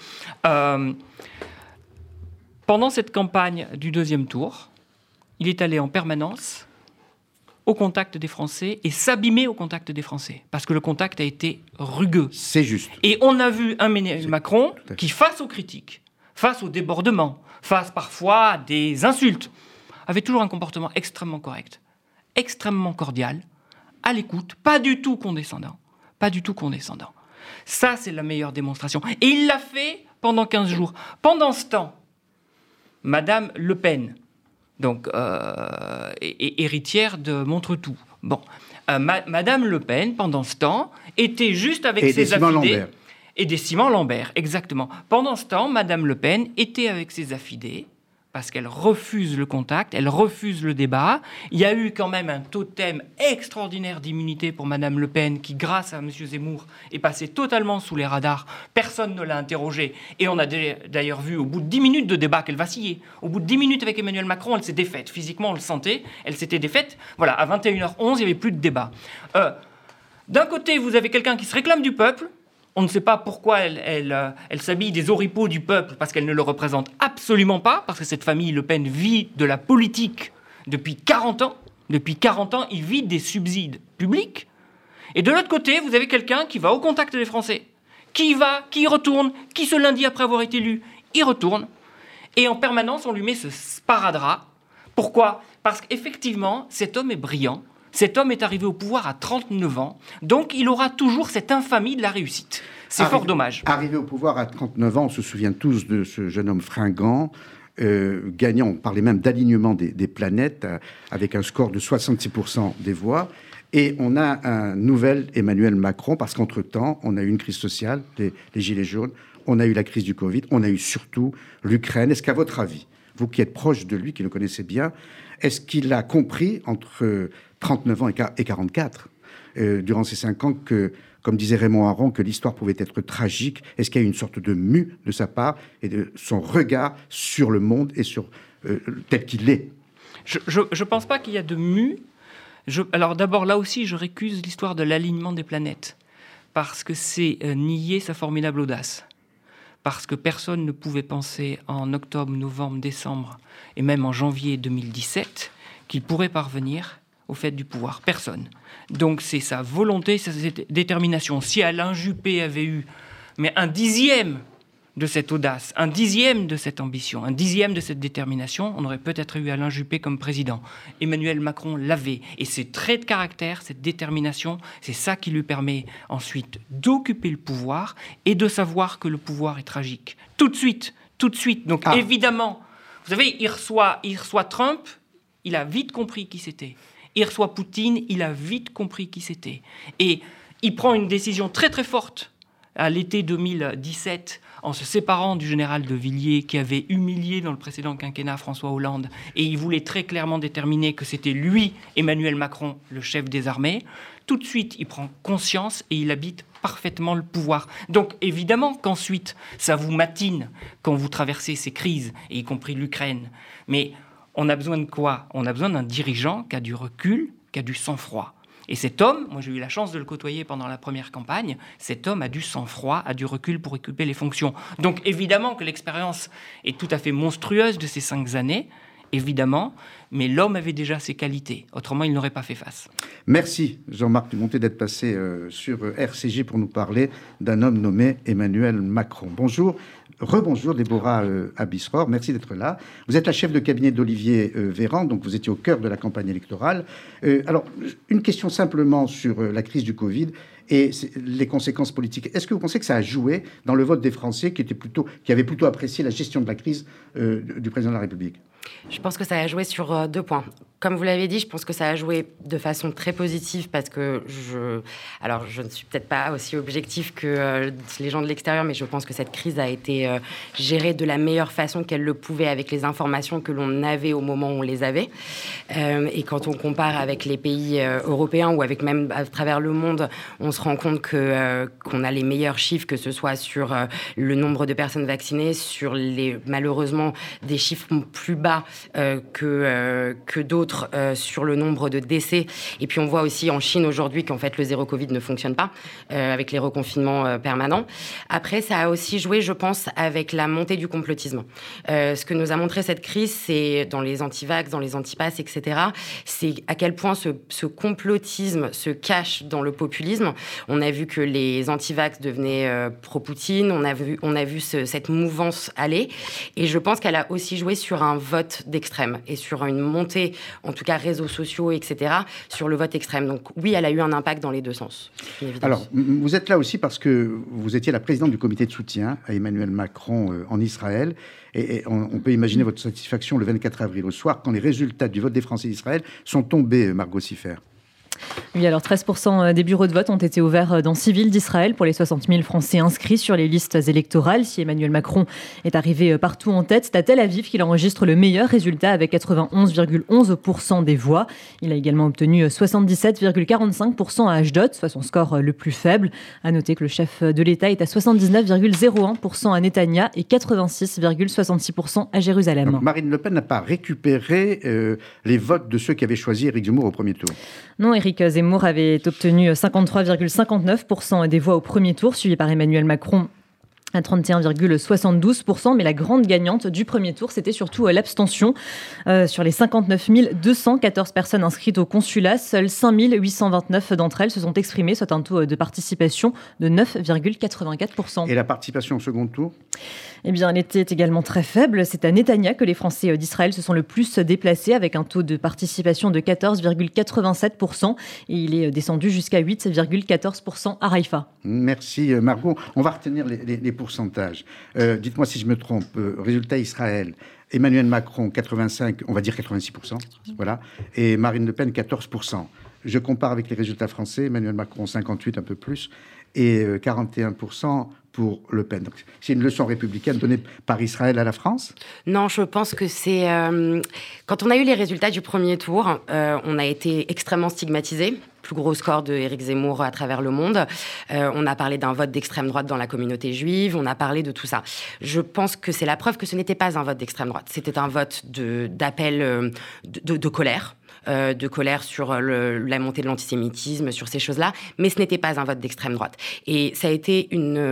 pendant cette campagne du deuxième tour, il est allé en permanence au contact des Français et s'abîmer au contact des Français. Parce que le contact a été rugueux. C'est juste. Et on a vu un Emmanuel Macron qui, face aux critiques, face aux débordements, face parfois à des insultes, avait toujours un comportement extrêmement correct, extrêmement cordial, à l'écoute, pas du tout condescendant. Pas du tout condescendant. Ça, c'est la meilleure démonstration. Et il l'a fait pendant 15 jours. Pendant ce temps, Madame Le Pen, donc héritière de Montretout, Madame Le Pen, pendant ce temps, était juste avec ses affidés. Et des Simon Lambert, exactement. Pendant ce temps, Madame Le Pen était avec ses affidés, parce qu'elle refuse le contact, elle refuse le débat. Il y a eu quand même un totem extraordinaire d'immunité pour Madame Le Pen, qui, grâce à M. Zemmour, est passé totalement sous les radars. Personne ne l'a interrogée. Et on a d'ailleurs vu, au bout de 10 minutes de débat, qu'elle vacillait. Au bout de 10 minutes avec Emmanuel Macron, elle s'est défaite. Physiquement, on le sentait. Elle s'était défaite. Voilà, à 21h11, il n'y avait plus de débat. D'un côté, vous avez quelqu'un qui se réclame du peuple. On ne sait pas pourquoi elle s'habille des oripeaux du peuple, parce qu'elle ne le représente absolument pas, parce que cette famille Le Pen vit de la politique depuis 40 ans. Depuis 40 ans, il vit des subsides publics. Et de l'autre côté, vous avez quelqu'un qui va au contact des Français, qui y retourne, qui ce lundi, après avoir été élu, y retourne. Et en permanence, on lui met ce sparadrap. Pourquoi ? Parce qu'effectivement, cet homme est brillant. Cet homme est arrivé au pouvoir à 39 ans, donc il aura toujours cette infamie de la réussite. C'est fort dommage. Arrivé au pouvoir à 39 ans, on se souvient tous de ce jeune homme fringant, gagnant, on parlait même d'alignement des planètes, avec un score de 66% des voix. Et on a un nouvel Emmanuel Macron, parce qu'entre-temps, on a eu une crise sociale, les Gilets jaunes, on a eu la crise du Covid, on a eu surtout l'Ukraine. Est-ce qu'à votre avis, vous qui êtes proche de lui, qui le connaissez bien, est-ce qu'il a compris entre 39 ans et 44, durant ces 5 ans, que, comme disait Raymond Aron, que l'histoire pouvait être tragique? Est-ce qu'il y a eu une sorte de mue de sa part et de son regard sur le monde et sur tel qu'il est? Je ne pense pas qu'il y a de mue. Alors d'abord, là aussi, je récuse l'histoire de l'alignement des planètes, parce que c'est nier sa formidable audace. Parce que personne ne pouvait penser en octobre, novembre, décembre, et même en janvier 2017, qu'il pourrait parvenir au fait du pouvoir. Personne. Donc c'est sa volonté, sa détermination. Si Alain Juppé avait eu un dixième de cette audace, un dixième de cette ambition, un dixième de cette détermination, on aurait peut-être eu Alain Juppé comme président. Emmanuel Macron l'avait. Et ces traits de caractère, cette détermination, c'est ça qui lui permet ensuite d'occuper le pouvoir et de savoir que le pouvoir est tragique. Tout de suite. Donc évidemment, vous savez, il reçoit Trump, il a vite compris qui c'était. Il reçoit Poutine, il a vite compris qui c'était. Et il prend une décision très très forte à l'été 2017 en se séparant du général de Villiers qui avait humilié dans le précédent quinquennat François Hollande. Et il voulait très clairement déterminer que c'était lui, Emmanuel Macron, le chef des armées. Tout de suite, il prend conscience et il habite parfaitement le pouvoir. Donc évidemment qu'ensuite, ça vous matine quand vous traversez ces crises, et y compris l'Ukraine. Mais on a besoin de quoi ? On a besoin d'un dirigeant qui a du recul, qui a du sang-froid. Et cet homme, moi j'ai eu la chance de le côtoyer pendant la première campagne, cet homme a du sang-froid, a du recul pour occuper les fonctions. Donc évidemment que l'expérience est tout à fait monstrueuse de ces 5 années, évidemment, mais l'homme avait déjà ses qualités. Autrement, il n'aurait pas fait face. Merci Jean-Marc Dumontet d'être passé sur RCJ pour nous parler d'un homme nommé Emmanuel Macron. Bonjour. Rebonjour Déborah Abisror, merci d'être là. Vous êtes la chef de cabinet d'Olivier Véran, donc vous étiez au cœur de la campagne électorale. Alors, une question simplement sur la crise du Covid et les conséquences politiques. Est-ce que vous pensez que ça a joué dans le vote des Français qui avaient plutôt apprécié la gestion de la crise du président de la République ? Je pense que ça a joué sur 2 points. Comme vous l'avez dit, je pense que ça a joué de façon très positive parce que je ne suis peut-être pas aussi objectif que les gens de l'extérieur, mais je pense que cette crise a été gérée de la meilleure façon qu'elle le pouvait avec les informations que l'on avait au moment où on les avait. Et quand on compare avec les pays européens ou avec même à travers le monde, on se rend compte qu'on a les meilleurs chiffres, que ce soit sur le nombre de personnes vaccinées, sur malheureusement des chiffres plus bas que d'autres sur le nombre de décès. Et puis on voit aussi en Chine aujourd'hui qu'en fait le zéro Covid ne fonctionne pas avec les reconfinements permanents. Après, ça a aussi joué, je pense, avec la montée du complotisme. Ce que nous a montré cette crise, c'est dans les anti-vax, dans les anti-pass, etc., c'est à quel point ce complotisme se cache dans le populisme. On a vu que les anti-vax devenaient pro-Poutine, on a vu cette mouvance aller, et je pense qu'elle a aussi joué sur un vote d'extrême et sur une montée, en tout cas réseaux sociaux, etc., sur le vote extrême. Donc oui, elle a eu un impact dans les 2 sens. Alors, vous êtes là aussi parce que vous étiez la présidente du comité de soutien à Emmanuel Macron en Israël. Et on peut imaginer votre satisfaction le 24 avril, au soir, quand les résultats du vote des Français d'Israël sont tombés, Margot Siffer. Oui, alors 13% des bureaux de vote ont été ouverts dans 6 villes d'Israël pour les 60 000 Français inscrits sur les listes électorales. Si Emmanuel Macron est arrivé partout en tête, c'est à Tel Aviv qu'il enregistre le meilleur résultat avec 91,11% des voix. Il a également obtenu 77,45% à Ashdod, soit son score le plus faible. À noter que le chef de l'État est à 79,01% à Netanya et 86,66% à Jérusalem. Donc Marine Le Pen n'a pas récupéré les votes de ceux qui avaient choisi Éric Zemmour au premier tour. Non, Éric Zemmour avait obtenu 53,59% des voix au premier tour, suivi par Emmanuel Macron à 31,72%, mais la grande gagnante du premier tour, c'était surtout l'abstention. Sur les 59 214 personnes inscrites au consulat, seules 5 829 d'entre elles se sont exprimées, soit un taux de participation de 9,84%. Et la participation au second tour ? Eh bien, elle était également très faible. C'est à Netanya que les Français d'Israël se sont le plus déplacés, avec un taux de participation de 14,87%. Et il est descendu jusqu'à 8,14% à Haïfa. Merci Margot. On va retenir les pourcentages. Dites-moi si je me trompe. Résultat Israël. Emmanuel Macron, 85, on va dire 86%. Voilà. Et Marine Le Pen, 14%. Je compare avec les résultats français. Emmanuel Macron, 58, un peu plus. Et 41% pour Le Pen. Donc, c'est une leçon républicaine donnée par Israël à la France ? Non, je pense que c'est... quand on a eu les résultats du premier tour, on a été extrêmement stigmatisés. Plus gros score de Éric Zemmour à travers le monde. On a parlé d'un vote d'extrême droite dans la communauté juive. On a parlé de tout ça. Je pense que c'est la preuve que ce n'était pas un vote d'extrême droite. C'était un vote d'appel de colère. De colère sur la montée de l'antisémitisme, sur ces choses-là, mais ce n'était pas un vote d'extrême droite. Et ça a été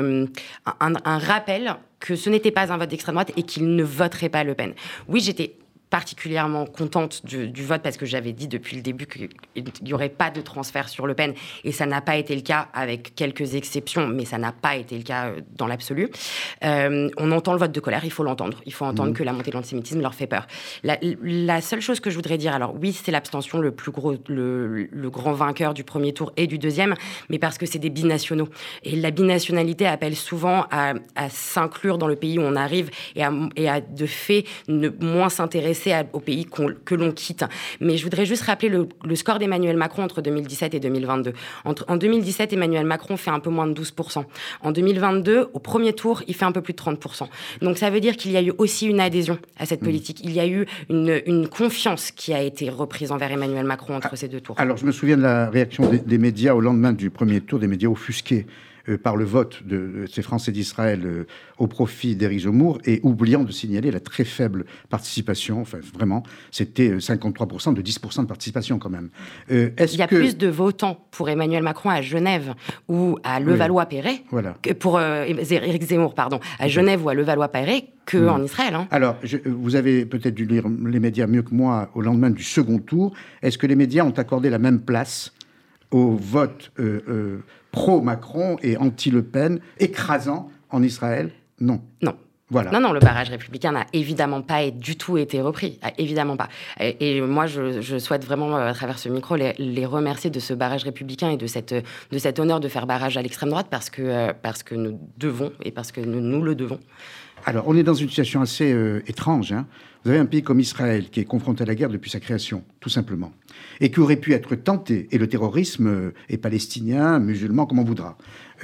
un rappel que ce n'était pas un vote d'extrême droite et qu'il ne voterait pas Le Pen. Oui, j'étais particulièrement contente du vote parce que j'avais dit depuis le début qu'il n'y aurait pas de transfert sur Le Pen et ça n'a pas été le cas avec quelques exceptions, mais ça n'a pas été le cas dans l'absolu. On entend le vote de colère, il faut l'entendre. Il faut entendre que la montée de l'antisémitisme leur fait peur. La seule chose que je voudrais dire, alors oui, c'est l'abstention le plus gros, le grand vainqueur du premier tour et du deuxième, mais parce que c'est des binationaux. Et la binationalité appelle souvent à s'inclure dans le pays où on arrive et à de fait ne moins s'intéresser au pays que l'on quitte. Mais je voudrais juste rappeler le score d'Emmanuel Macron entre 2017 et 2022. En 2017, Emmanuel Macron fait un peu moins de 12%. En 2022, au premier tour, il fait un peu plus de 30%. Donc ça veut dire qu'il y a eu aussi une adhésion à cette politique. Il y a eu une confiance qui a été reprise envers Emmanuel Macron entre ces deux tours. Alors je me souviens de la réaction des médias au lendemain du premier tour, des médias offusqués par le vote de ces Français d'Israël au profit d'Éric Zemmour et oubliant de signaler la très faible participation. Enfin, vraiment, c'était 53% de 10% de participation quand même. Il y a plus de votants pour Emmanuel Macron à Genève ou à Levallois-Perret que pour Éric Zemmour, à Genève ou à Levallois-Perret qu'en Israël. Hein. Alors, vous avez peut-être dû lire les médias mieux que moi au lendemain du second tour. Est-ce que les médias ont accordé la même place au vote pro-Macron et anti-Le Pen, écrasant en Israël ? Non. Non. Voilà. Non, le barrage républicain n'a évidemment pas du tout été repris. Évidemment pas. Et moi, je souhaite vraiment, à travers ce micro, les remercier de ce barrage républicain et de cet honneur de faire barrage à l'extrême droite parce que nous devons et parce que nous le devons. Alors, on est dans une situation assez étrange. Hein. Vous avez un pays comme Israël qui est confronté à la guerre depuis sa création, tout simplement, et qui aurait pu être tenté, et le terrorisme est palestinien, musulman, comme on voudra.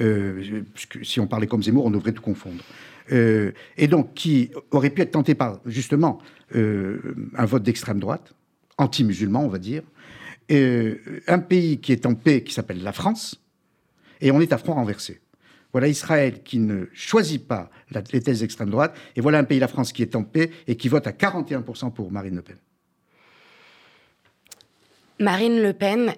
Si on parlait comme Zemmour, on devrait tout confondre. Et donc, qui aurait pu être tenté par, justement, un vote d'extrême droite, anti-musulman, on va dire, un pays qui est en paix, qui s'appelle la France, et on est à front renversé. Voilà Israël qui ne choisit pas les thèses d'extrême droite. Et voilà un pays, la France, qui est en paix et qui vote à 41% pour Marine Le Pen. Marine Le Pen,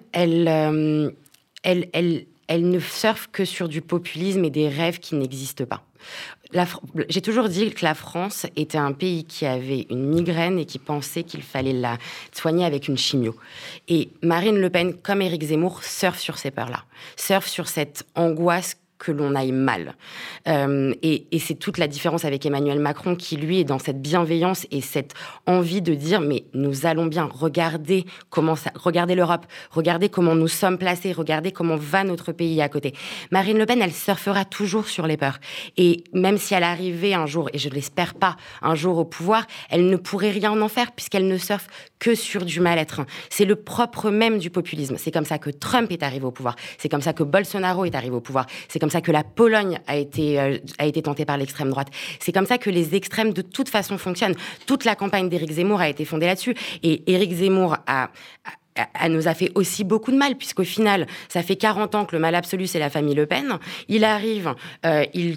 elle ne surfe que sur du populisme et des rêves qui n'existent pas. J'ai toujours dit que la France était un pays qui avait une migraine et qui pensait qu'il fallait la soigner avec une chimio. Et Marine Le Pen, comme Éric Zemmour, surfe sur ces peurs-là. Surfe sur cette angoisse que l'on aille mal. Et c'est toute la différence avec Emmanuel Macron qui, lui, est dans cette bienveillance et cette envie de dire « mais nous allons bien, regardez l'Europe, regardez comment nous sommes placés, regardez comment va notre pays à côté ». Marine Le Pen, elle surfera toujours sur les peurs. Et même si elle arrivait un jour, et je ne l'espère pas, un jour au pouvoir, elle ne pourrait rien en faire puisqu'elle ne surfe que sur du mal-être. C'est le propre même du populisme. C'est comme ça que Trump est arrivé au pouvoir. C'est comme ça que Bolsonaro est arrivé au pouvoir. C'est comme ça que la Pologne a été tentée par l'extrême droite. C'est comme ça que les extrêmes, de toute façon, fonctionnent. Toute la campagne d'Éric Zemmour a été fondée là-dessus. Et Éric Zemmour nous a fait aussi beaucoup de mal, puisqu'au final, ça fait 40 ans que le mal absolu, c'est la famille Le Pen. Il arrive, il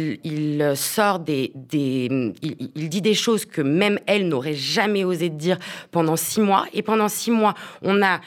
sort il dit des choses que même elle n'aurait jamais osé dire pendant 6 mois. Et pendant 6 mois, on a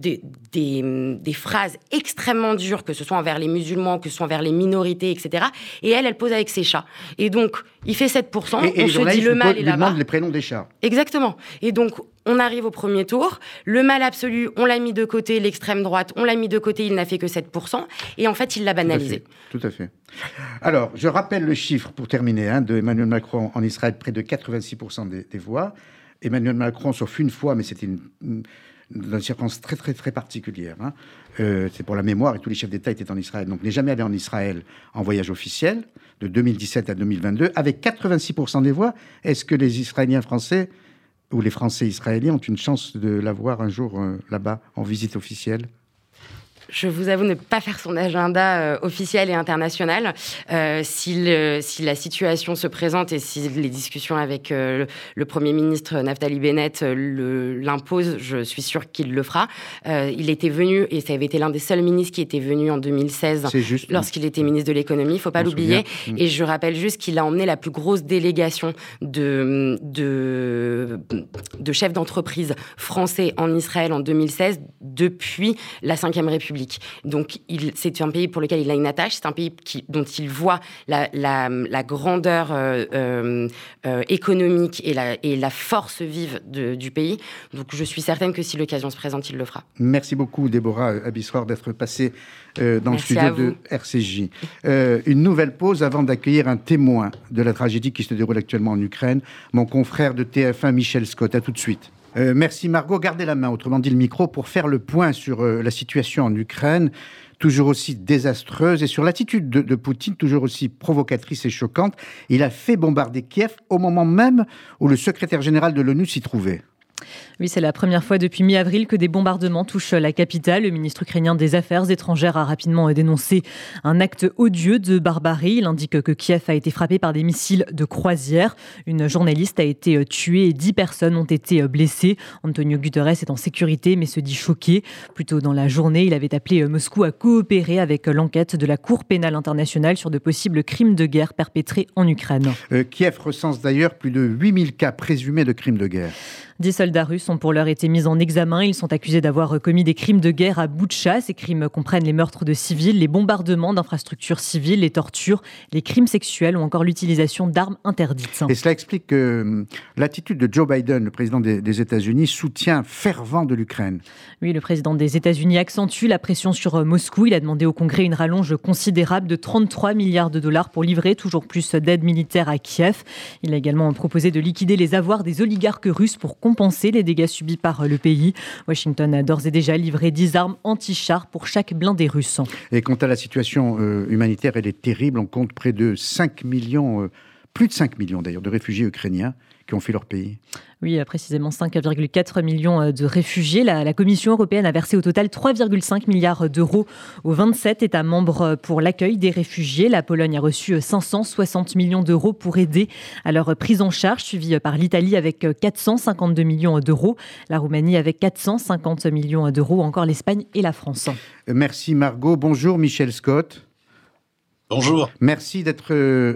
des phrases extrêmement dures, que ce soit envers les musulmans, que ce soit envers les minorités, etc. Et elle pose avec ses chats. Et donc, il fait 7%, et on se dit le mal est là-bas. demande les prénoms des chats. Exactement. Et donc, on arrive au premier tour, le mal absolu, on l'a mis de côté, l'extrême droite, on l'a mis de côté, il n'a fait que 7%, et en fait, il l'a banalisé. Tout à fait. Alors, je rappelle le chiffre, pour terminer, de Emmanuel Macron en Israël, près de 86% des voix. Emmanuel Macron, sauf une fois, mais c'était dans une circonstance très, très, très particulière. C'est pour la mémoire, et tous les chefs d'État étaient en Israël. Donc, n'est jamais allé en Israël en voyage officiel, de 2017 à 2022, avec 86% des voix. Est-ce que les Israéliens français ou les Français israéliens ont une chance de l'avoir un jour là-bas, en visite officielle ? Je vous avoue ne pas faire son agenda officiel et international. Si la situation se présente et si les discussions avec le Premier ministre Naftali Bennett l'imposent, je suis sûre qu'il le fera. Il était venu, et ça avait été l'un des seuls ministres qui était venu en 2016 lorsqu'il était ministre de l'économie, il ne faut pas l'oublier. Et je rappelle juste qu'il a emmené la plus grosse délégation de chefs d'entreprise français en Israël en 2016 depuis la Ve République. Donc, c'est un pays pour lequel il a une attache, c'est un pays dont il voit la grandeur économique et la force vive du pays. Donc, je suis certaine que si l'occasion se présente, il le fera. Merci beaucoup, Déborah Abisroir, d'être passée dans le studio de RCJ. Une nouvelle pause avant d'accueillir un témoin de la tragédie qui se déroule actuellement en Ukraine, mon confrère de TF1, Michel Scott. À tout de suite. Merci Margot. Gardez la main, autrement dit le micro, pour faire le point sur la situation en Ukraine, toujours aussi désastreuse, et sur l'attitude de Poutine, toujours aussi provocatrice et choquante. Il a fait bombarder Kiev au moment même où le secrétaire général de l'ONU s'y trouvait. Oui, c'est la première fois depuis mi-avril que des bombardements touchent la capitale. Le ministre ukrainien des Affaires étrangères a rapidement dénoncé un acte odieux de barbarie. Il indique que Kiev a été frappé par des missiles de croisière. Une journaliste a été tuée et 10 personnes ont été blessées. Antonio Guterres est en sécurité mais se dit choqué. Plus tôt dans la journée, il avait appelé Moscou à coopérer avec l'enquête de la Cour pénale internationale sur de possibles crimes de guerre perpétrés en Ukraine. Kiev recense d'ailleurs plus de 8000 cas présumés de crimes de guerre. 10 soldats russes ont pour l'heure été mis en examen. Ils sont accusés d'avoir commis des crimes de guerre à Boutcha. Ces crimes comprennent les meurtres de civils, les bombardements d'infrastructures civiles, les tortures, les crimes sexuels ou encore l'utilisation d'armes interdites. Et cela explique que l'attitude de Joe Biden, le président des États-Unis, soutien fervent de l'Ukraine. Oui, le président des États-Unis accentue la pression sur Moscou. Il a demandé au Congrès une rallonge considérable de 33 milliards de dollars pour livrer toujours plus d'aide militaire à Kiev. Il a également proposé de liquider les avoirs des oligarques russes pour compenser les dégâts subis par le pays. Washington a d'ores et déjà livré 10 armes anti-chars pour chaque blindé russe. Et quant à la situation humanitaire, elle est terrible. On compte près de 5 millions, plus de 5 millions d'ailleurs, de réfugiés ukrainiens qui ont fui leur pays. Oui, précisément 5,4 millions de réfugiés. La Commission européenne a versé au total 3,5 milliards d'euros aux 27 États membres pour l'accueil des réfugiés. La Pologne a reçu 560 millions d'euros pour aider à leur prise en charge, suivie par l'Italie avec 452 millions d'euros, la Roumanie avec 450 millions d'euros, encore l'Espagne et la France. Merci Margot. Bonjour Michel Scott. Bonjour. Merci d'être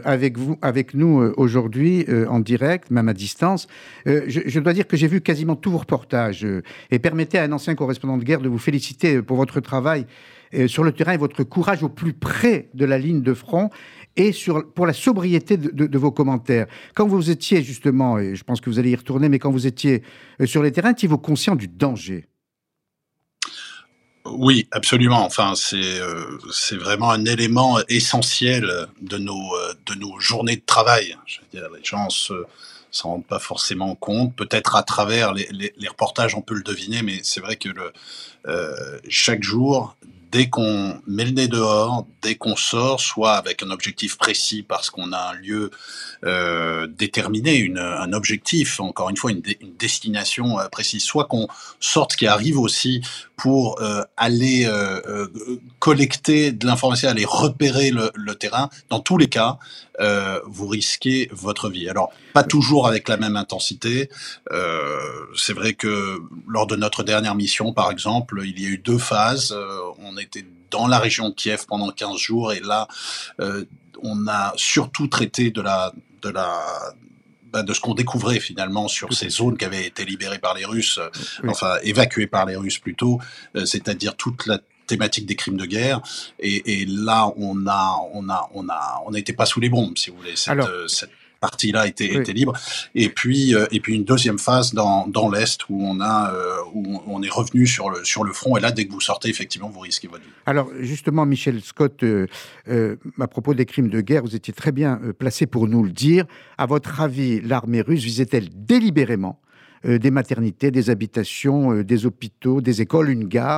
avec nous aujourd'hui en direct, même à distance. Je dois dire que j'ai vu quasiment tous vos reportages et permettez à un ancien correspondant de guerre de vous féliciter pour votre travail sur le terrain et votre courage au plus près de la ligne de front et pour la sobriété de vos commentaires. Quand vous étiez justement, et je pense que vous allez y retourner, mais quand vous étiez sur les terrains, étiez-vous conscient du danger ? Oui, absolument. Enfin, c'est vraiment un élément essentiel de nos journées de travail. Je veux dire, les gens s'en rendent pas forcément compte. Peut-être à travers les reportages, on peut le deviner, mais c'est vrai que chaque jour, dès qu'on met le nez dehors, dès qu'on sort, soit avec un objectif précis parce qu'on a un lieu déterminé, un objectif, encore une fois, une destination précise, soit qu'on sorte, ce qui arrive aussi pour aller collecter de l'information, aller repérer le terrain. Dans tous les cas, vous risquez votre vie. Alors, pas toujours avec la même intensité. C'est vrai que lors de notre dernière mission, par exemple, il y a eu 2 phases. On était dans la région de Kiev pendant 15 jours et là, on a surtout traité de ce qu'on découvrait finalement sur ces zones qui avaient été libérées par les Russes, enfin évacuées par les Russes plutôt, c'est-à-dire toute la thématique des crimes de guerre. Et là, on n'était pas sous les bombes, si vous voulez. Cette partie-là était libre. Et puis une deuxième phase dans l'Est où on est revenu sur le front. Et là, dès que vous sortez, effectivement, vous risquez votre vie. Alors, justement, Michel Scott, à propos des crimes de guerre, vous étiez très bien placé pour nous le dire. À votre avis, l'armée russe visait-elle délibérément des maternités, des habitations, des hôpitaux, des écoles, une gare ?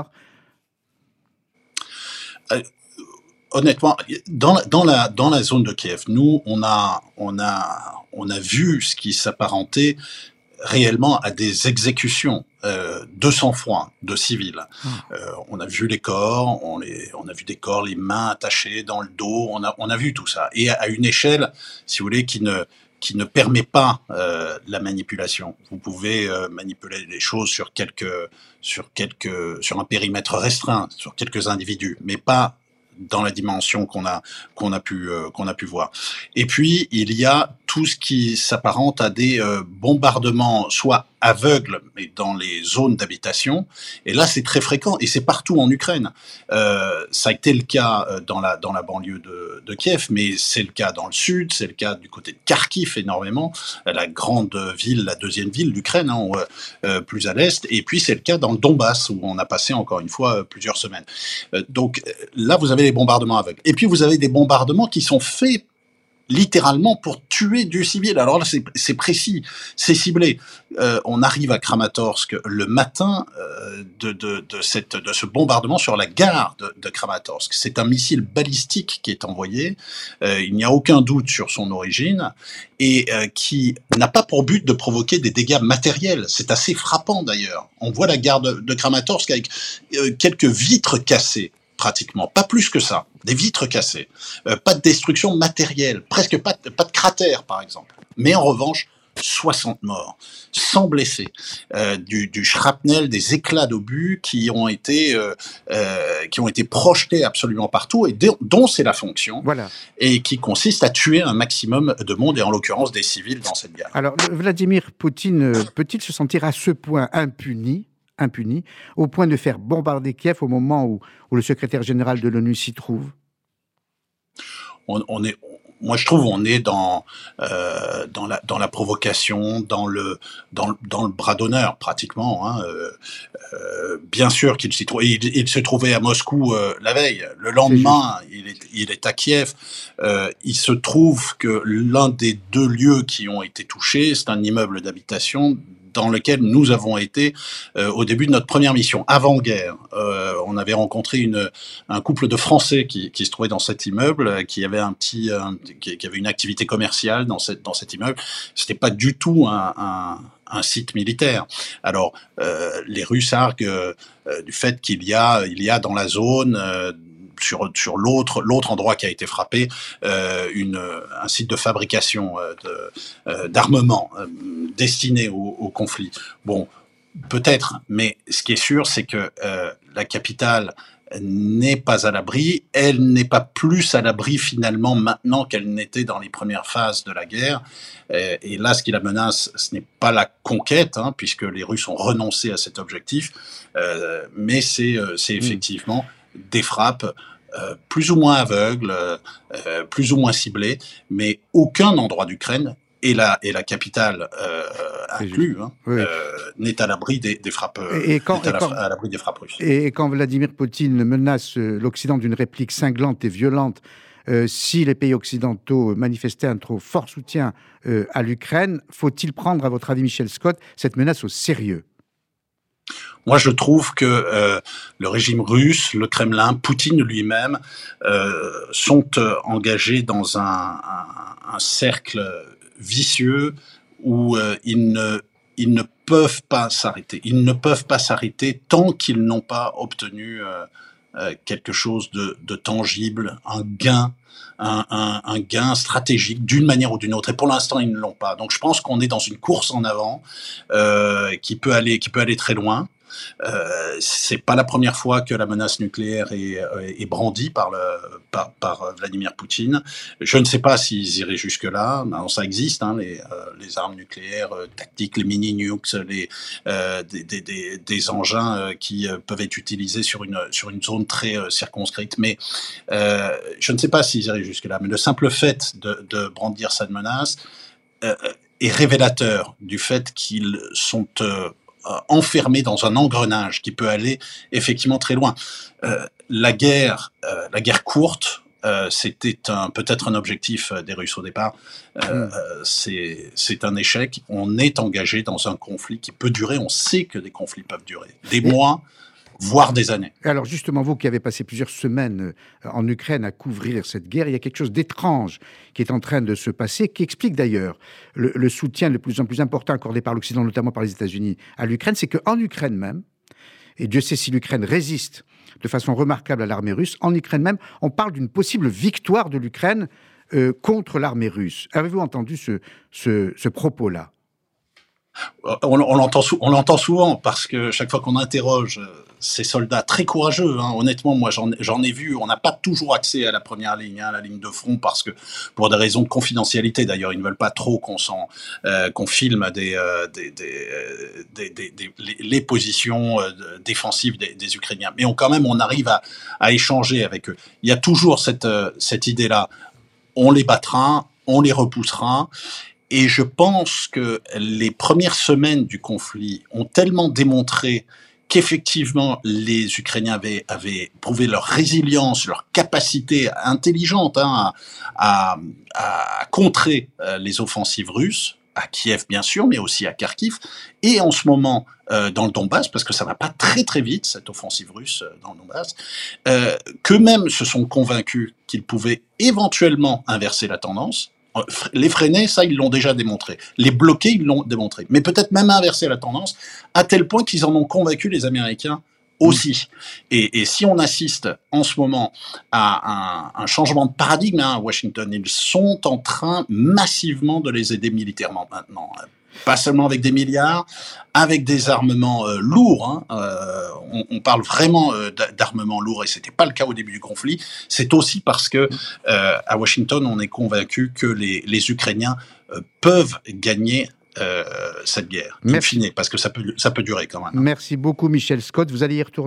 Honnêtement, dans la zone de Kiev, nous, on a vu ce qui s'apparentait réellement à des exécutions de sang-froid de civils. On a vu les corps, on a vu des corps, les mains attachées dans le dos, on a vu tout ça. Et à une échelle, si vous voulez, qui ne permet pas la manipulation. Vous pouvez manipuler les choses sur un périmètre restreint, sur quelques individus, mais pas dans la dimension qu'on a pu voir. Et puis il y a tout ce qui s'apparente à des bombardements soit aveugles mais dans les zones d'habitation, et là c'est très fréquent et c'est partout en Ukraine. Ça a été le cas dans la banlieue de Kiev, mais c'est le cas dans le sud, c'est le cas du côté de Kharkiv énormément, la grande ville, la deuxième ville d'Ukraine, plus à l'est, et puis c'est le cas dans le Donbass où on a passé encore une fois plusieurs semaines. Donc là vous avez les bombardements aveugles, et puis vous avez des bombardements qui sont faits littéralement pour tuer du civil. Alors là, c'est précis, c'est ciblé. On arrive à Kramatorsk le matin de ce bombardement sur la gare de Kramatorsk. C'est un missile balistique qui est envoyé. Il n'y a aucun doute sur son origine et qui n'a pas pour but de provoquer des dégâts matériels. C'est assez frappant d'ailleurs. On voit la gare de Kramatorsk avec quelques vitres cassées. Pratiquement, pas plus que ça, des vitres cassées, pas de destruction matérielle, presque pas de cratère par exemple, mais en revanche 60 morts, 100 blessés, du shrapnel, des éclats d'obus qui ont été projetés absolument partout et dont c'est la fonction, et qui consiste à tuer un maximum de monde et en l'occurrence des civils dans cette guerre. Alors Vladimir Poutine peut-il se sentir à ce point impuni, au point de faire bombarder Kiev au moment où le secrétaire général de l'ONU s'y trouve? Moi, je trouve on est dans la provocation, dans le bras d'honneur pratiquement. Bien sûr qu'il s'y trouve. Il se trouvait à Moscou la veille. Le lendemain, il est à Kiev. Il se trouve que l'un des 2 lieux qui ont été touchés, c'est un immeuble d'habitation dans lequel nous avons été au début de notre première mission, avant-guerre. On avait rencontré un couple de Français qui se trouvait dans cet immeuble, qui avait qui avait une activité commerciale dans cet immeuble. C'était pas du tout un site militaire. Alors, les Russes arguent du fait qu'il y a dans la zone sur l'autre endroit qui a été frappé, un site de fabrication d'armement destiné au conflit. Bon, peut-être, mais ce qui est sûr, c'est que la capitale n'est pas à l'abri. Elle n'est pas plus à l'abri finalement maintenant qu'elle n'était dans les premières phases de la guerre. Et là, ce qui la menace, ce n'est pas la conquête, puisque les Russes ont renoncé à cet objectif, mais c'est effectivement des frappes plus ou moins aveugles, plus ou moins ciblées, mais aucun endroit d'Ukraine et la capitale inclus, n'est à l'abri des frappes, à l'abri des frappes russes. Et quand Vladimir Poutine menace l'Occident d'une réplique cinglante et violente, si les pays occidentaux manifestaient un trop fort soutien à l'Ukraine, faut-il prendre, à votre avis, Michel Scott, cette menace au sérieux ? Moi, je trouve que le régime russe, le Kremlin, Poutine lui-même sont engagés dans un cercle vicieux où ils ne peuvent pas s'arrêter. Ils ne peuvent pas s'arrêter tant qu'ils n'ont pas obtenu quelque chose de tangible, un gain stratégique d'une manière ou d'une autre. Et pour l'instant, ils ne l'ont pas. Donc, je pense qu'on est dans une course en avant qui peut aller très loin. C'est pas la première fois que la menace nucléaire est brandie par Vladimir Poutine. Je ne sais pas s'ils iraient jusque-là. Non, ça existe, les armes nucléaires tactiques, les mini-nukes, des engins qui peuvent être utilisés sur une zone très circonscrite. Mais je ne sais pas s'ils iraient jusque-là. Mais le simple fait de brandir cette menace est révélateur du fait qu'ils sont enfermés dans un engrenage qui peut aller effectivement très loin. La guerre courte, c'était peut-être un objectif des Russes au départ. C'est un échec. On est engagé dans un conflit qui peut durer. On sait que des conflits peuvent durer des mois, voire des années. Alors justement, vous qui avez passé plusieurs semaines en Ukraine à couvrir cette guerre, il y a quelque chose d'étrange qui est en train de se passer, qui explique d'ailleurs le soutien de plus en plus important accordé par l'Occident, notamment par les États-Unis, à l'Ukraine. C'est qu'en Ukraine même, et Dieu sait si l'Ukraine résiste de façon remarquable à l'armée russe, en Ukraine même, on parle d'une possible victoire de l'Ukraine contre l'armée russe. Avez-vous entendu ce propos-là ? On l'entend souvent parce que chaque fois qu'on interroge ces soldats très courageux, honnêtement, moi j'en ai vu, on n'a pas toujours accès à la première ligne, la ligne de front, parce que pour des raisons de confidentialité, d'ailleurs, ils ne veulent pas trop qu'on filme les positions défensives des Ukrainiens. Mais on arrive à échanger avec eux. Il y a toujours cette idée-là, on les battra, on les repoussera. Et je pense que les premières semaines du conflit ont tellement démontré qu'effectivement les Ukrainiens avaient prouvé leur résilience, leur capacité intelligente à contrer les offensives russes, à Kiev bien sûr, mais aussi à Kharkiv, et en ce moment dans le Donbass, parce que ça va pas très très vite cette offensive russe dans le Donbass, qu'eux-mêmes se sont convaincus qu'ils pouvaient éventuellement inverser la tendance. Les freiner, ça, ils l'ont déjà démontré. Les bloquer, ils l'ont démontré. Mais peut-être même inverser la tendance, à tel point qu'ils en ont convaincu les Américains aussi. Et si on assiste en ce moment à un changement de paradigme à Washington, ils sont en train massivement de les aider militairement maintenant. Pas seulement avec des milliards, avec des armements lourds. On parle vraiment d'armements lourds, et c'était pas le cas au début du conflit. C'est aussi parce que à Washington, on est convaincu que les Ukrainiens peuvent gagner cette guerre, in fine, parce que ça peut durer quand même. Merci beaucoup, Michel Scott. Vous allez y retourner ?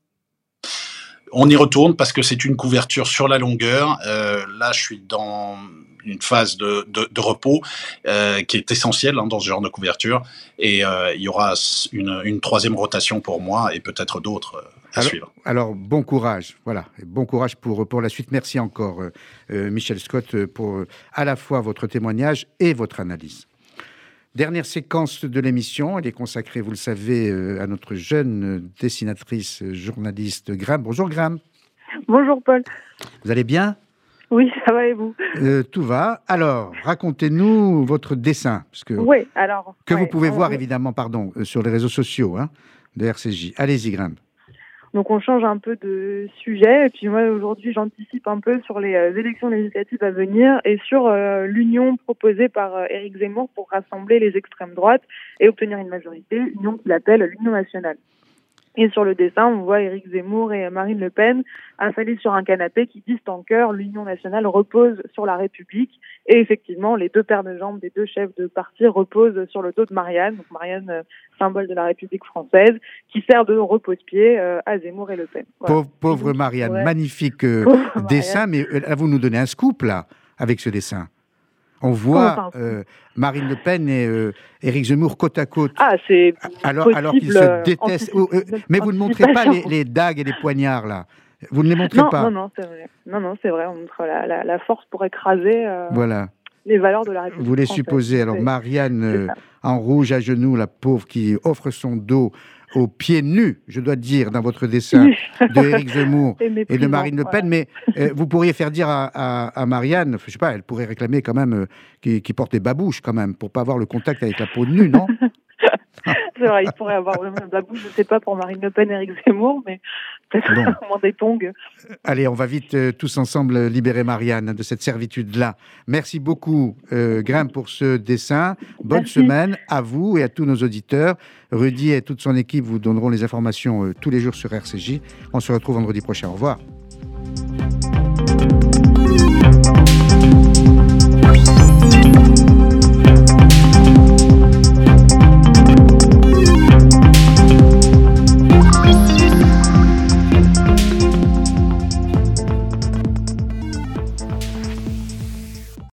On y retourne parce que c'est une couverture sur la longueur. Là, je suis dans une phase de repos qui est essentielle dans ce genre de couverture. Et il y aura une troisième rotation pour moi et peut-être d'autres à suivre. Alors, bon courage. Voilà. Et bon courage pour la suite. Merci encore, Michel Scott, pour à la fois votre témoignage et votre analyse. Dernière séquence de l'émission, elle est consacrée, vous le savez, à notre jeune dessinatrice, journaliste Graham. Bonjour Graham. Bonjour Paul. Vous allez bien ? Oui, ça va et vous ? Tout va. Alors, racontez-nous votre dessin. Parce que, oui, alors. Que vous pouvez voir, évidemment, sur les réseaux sociaux de RCJ. Allez-y, Graham. Donc on change un peu de sujet, et puis moi aujourd'hui j'anticipe un peu sur les élections législatives à venir et sur l'union proposée par Éric Zemmour pour rassembler les extrêmes droites et obtenir une majorité, union qu'il appelle l'Union nationale. Et sur le dessin, on voit Éric Zemmour et Marine Le Pen installés sur un canapé qui disent en chœur « L'Union nationale repose sur la République ». Et effectivement, les deux paires de jambes des deux chefs de parti reposent sur le dos de Marianne. Donc Marianne, symbole de la République française, qui sert de repose-pied à Zemmour et Le Pen. Voilà. Pauvre Marianne, magnifique dessin, mais vous nous donnez un scoop là, avec ce dessin. On voit Marine Le Pen et Éric Zemmour côte à côte. Ah, c'est alors qu'ils se détestent. Mais vous ne montrez pas les dagues et les poignards, là. Vous ne les montrez pas. Non, c'est vrai. Non, c'est vrai. On montre la force pour écraser voilà. les valeurs de la République. Vous les supposez. Alors, Marianne, en rouge, à genoux, la pauvre, qui offre son dos aux pieds nus, je dois dire, dans votre dessin, de Éric Zemmour et de Marine Le Pen. Mais vous pourriez faire dire à Marianne, je sais pas, elle pourrait réclamer quand même qu'il porte des babouches, quand même, pour pas avoir le contact avec la peau nue, non? C'est vrai, il pourrait avoir vraiment de la bouche, je ne sais pas pour Marine Le Pen et Éric Zemmour, mais peut-être moins des tongs. Allez, on va vite tous ensemble libérer Marianne de cette servitude-là. Merci beaucoup, Grim, pour ce dessin. Bonne semaine à vous et à tous nos auditeurs. Rudy et toute son équipe vous donneront les informations tous les jours sur RCJ. On se retrouve vendredi prochain. Au revoir.